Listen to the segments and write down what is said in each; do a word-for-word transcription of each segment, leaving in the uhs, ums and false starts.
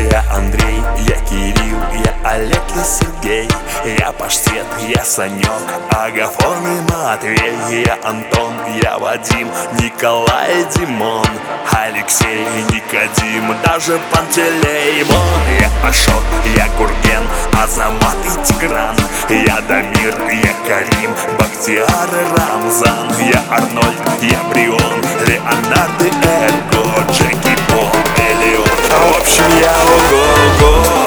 Я Андрей, я Кирилл, я Олег и Сергей, я Паштет, я Санек, Агафон и Матвей, я Антон, я Вадим, Николай, Димон, Алексей, Никодим, даже Пантелеймон. Я Ашот, я Гурген, Азамат и Тигран, я Дамир, я Карим, Бахтияр и Рамзан, я Арнольд, я Брион, Леонард и Эрго, Джеки, Пол, Элиот. В общем, я ого-го.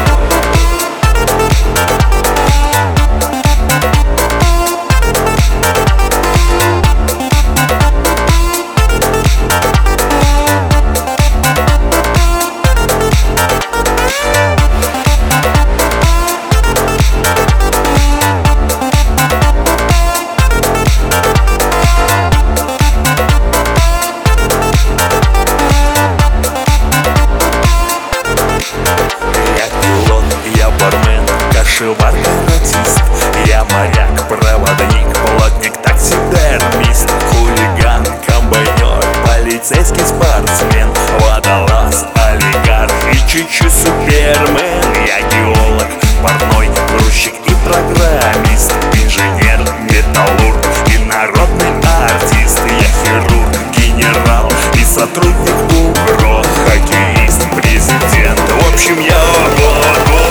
Кашевар, каратист, я моряк, проводник, плотник, таксидермист, хулиган, комбайнер, полицейский спортсмен, водолаз, олигарх и чуть-чуть супермен. Я геолог, парной, грузчик и программист, инженер, металлург и народный артист. Я хирург, генерал и сотрудник УГРО, хоккеист, президент. В общем, я ого-го.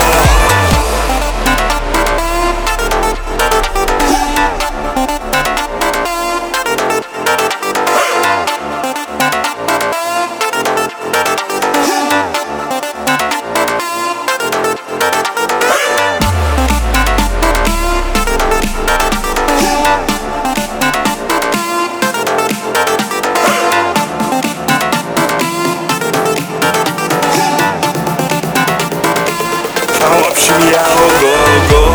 В общем, я ого-го.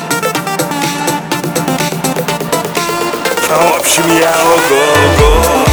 В общем, я ого-го.